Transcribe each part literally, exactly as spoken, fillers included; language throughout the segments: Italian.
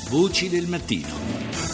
Voci del mattino.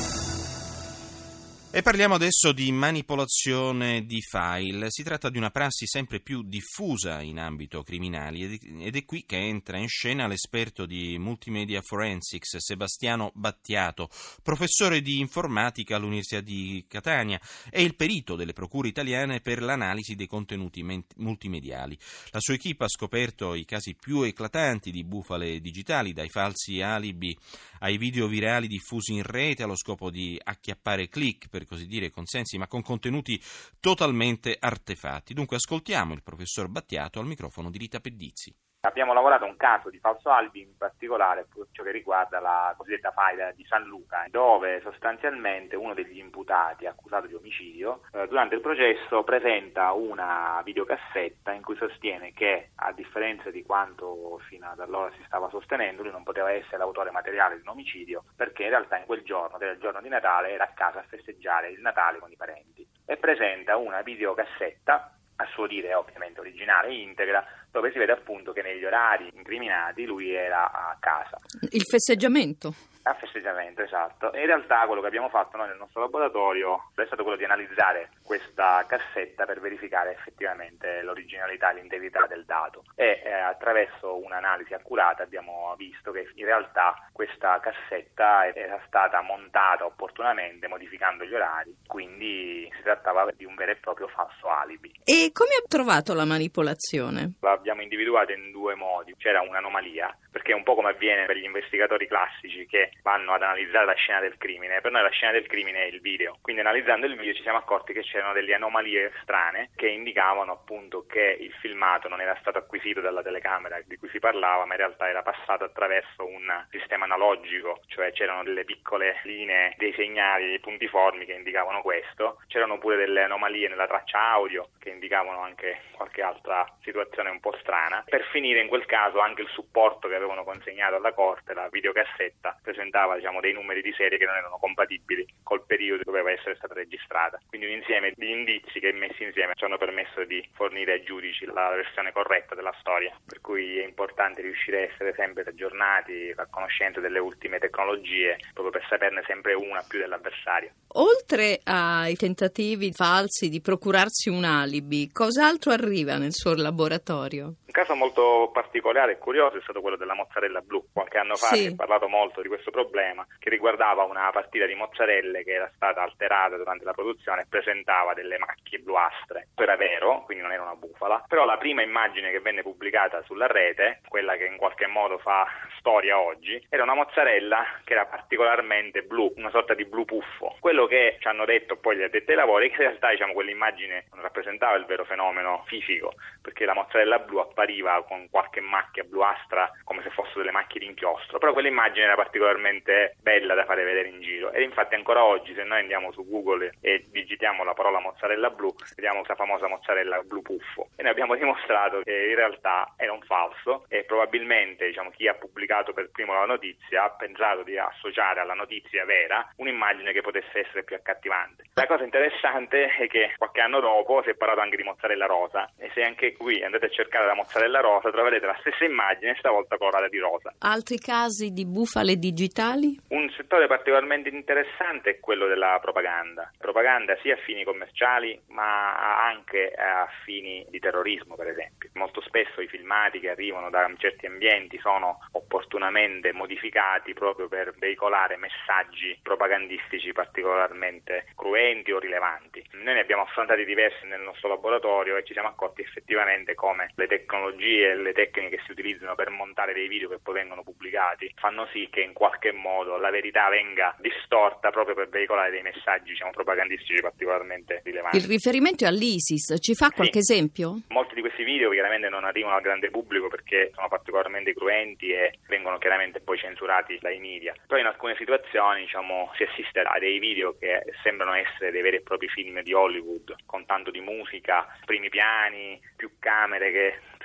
E parliamo adesso di manipolazione di file. Si tratta di una prassi sempre più diffusa in ambito criminale ed è qui che entra in scena l'esperto di Multimedia Forensics Sebastiano Battiato, professore di informatica all'Università di Catania e il perito delle procure italiane per l'analisi dei contenuti multimediali. La sua equipe ha scoperto i casi più eclatanti di bufale digitali, dai falsi alibi ai video virali diffusi in rete allo scopo di acchiappare click, per così dire, consensi, ma con contenuti totalmente artefatti. Dunque ascoltiamo il professor Battiato al microfono di Rita Pedizzi. Abbiamo lavorato un caso di falso alibi, in particolare per ciò che riguarda la cosiddetta faida di San Luca, dove sostanzialmente uno degli imputati accusato di omicidio eh, durante il processo presenta una videocassetta in cui sostiene che, a differenza di quanto fino ad allora si stava sostenendo, lui non poteva essere l'autore materiale di un omicidio, perché in realtà in quel giorno, che era il giorno di Natale, era a casa a festeggiare il Natale con i parenti, e presenta una videocassetta, a suo dire ovviamente originale e integra, dove si vede appunto che negli orari incriminati lui era a casa. Il festeggiamento? A festeggiamento, esatto. E in realtà quello che abbiamo fatto noi nel nostro laboratorio è stato quello di analizzare questa cassetta per verificare effettivamente l'originalità e l'integrità del dato. E eh, attraverso un'analisi accurata abbiamo visto che in realtà questa cassetta era stata montata opportunamente modificando gli orari, quindi si trattava di un vero e proprio falso alibi. E come ha trovato la manipolazione? L'abbiamo individuata in due modi. C'era un'anomalia, perché è un po' come avviene per gli investigatori classici che vanno ad analizzare la scena del crimine. Per noi la scena del crimine è il video, quindi analizzando il video ci siamo accorti che c'erano delle anomalie strane che indicavano appunto che il filmato non era stato acquisito dalla telecamera di cui si parlava, ma in realtà era passato attraverso un sistema analogico, cioè c'erano delle piccole linee, dei segnali, dei puntiformi che indicavano questo. C'erano pure delle anomalie nella traccia audio che indicavano anche qualche altra situazione un po' strana. Per finire, in quel caso, anche il supporto che avevano consegnato alla corte, la videocassetta, presentava diciamo dei numeri di serie che non erano compatibili col periodo che doveva essere stata registrata. Quindi un insieme di indizi che messi insieme ci hanno permesso di fornire ai giudici la versione corretta della storia, per cui è importante riuscire a essere sempre aggiornati, a conoscenza delle ultime tecnologie, proprio per saperne sempre una più dell'avversario. Oltre ai tentativi falsi di procurarsi un alibi, cos'altro arriva nel suo laboratorio? Un caso molto particolare e curioso è stato quello della mozzarella blu. Qualche anno fa sì. si è parlato molto di questo problema, che riguardava una partita di mozzarelle che era stata alterata durante la produzione e presentava delle macchie bluastre. Era vero, quindi non era una bufala, però la prima immagine che venne pubblicata sulla rete, quella che in qualche modo fa storia oggi, era una mozzarella che era particolarmente blu, una sorta di blu puffo. Quello che ci hanno detto poi gli addetti ai lavori è che in realtà diciamo quell'immagine non rappresentava il vero fenomeno fisico, perché la mozzarella blu appariva con qualche macchia bluastra come se fossero delle macchie di inchiostro, però quell'immagine era particolarmente bella da fare vedere in giro, e infatti ancora oggi se noi andiamo su Google e digitiamo la parola mozzarella blu vediamo questa famosa mozzarella blu puffo, e noi abbiamo dimostrato che in realtà era un falso, e probabilmente diciamo chi ha pubblicato per primo la notizia ha pensato di associare alla notizia vera un'immagine che potesse essere più accattivante. La cosa interessante è che qualche anno dopo si è parlato anche di mozzarella rosa, e se anche qui andate a cercare la mozzarella rosa troverete la stessa immagine, stavolta colorata di rosa. Altri casi di bufale digitali? Un settore particolarmente interessante è quello della propaganda. Propaganda sia a fini commerciali ma anche a fini di terrorismo, per esempio. Molto spesso i filmati che arrivano da certi ambienti sono opportunamente modificati proprio per veicolare messaggi propagandistici particolarmente cruenti o rilevanti. Noi ne abbiamo affrontati diversi nel nostro laboratorio e ci siamo accorti effettivamente come le tecnologie e le tecniche che si utilizzano per montare dei video che poi vengono pubblicati fanno sì che in qualche modo la verità venga distorta proprio per veicolare dei messaggi diciamo propagandistici particolarmente rilevanti. Il riferimento è all'ISIS, ci fa qualche sì. esempio? Molti di questi video chiaramente non arrivano al grande pubblico perché sono particolarmente cruenti e vengono chiaramente poi censurati dai media. Però in alcune situazioni diciamo si assiste a dei video che sembrano essere dei veri e propri film di Hollywood, con tanto di musica, primi piani, più camere che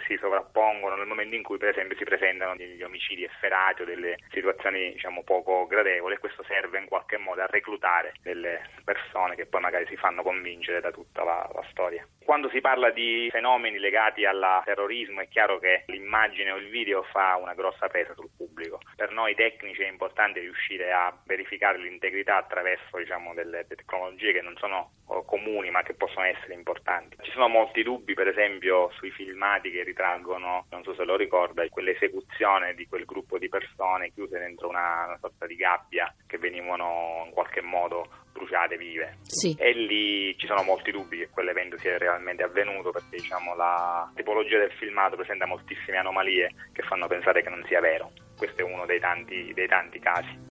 si sovrappongono nel momento in cui per esempio si presentano degli omicidi efferati o delle situazioni diciamo poco gradevoli, e questo serve in qualche modo a reclutare delle persone che poi magari si fanno convincere da tutta la, la storia. Quando si parla di fenomeni legati al terrorismo è chiaro che l'immagine o il video fa una grossa presa sul pubblico. Per noi tecnici è importante riuscire a verificare l'integrità attraverso diciamo delle tecnologie che non sono comuni ma che possono essere importanti. Ci sono molti dubbi per esempio sui filmati che ritraggono, non so se lo ricorda, quell'esecuzione di quel gruppo di persone chiuse dentro una, una sorta di gabbia che venivano in qualche modo bruciate vive. Sì. E lì ci sono molti dubbi che quell'evento sia realmente avvenuto, perché diciamo la tipologia del filmato presenta moltissime anomalie che fanno pensare che non sia vero. Questo è uno dei tanti, dei tanti casi.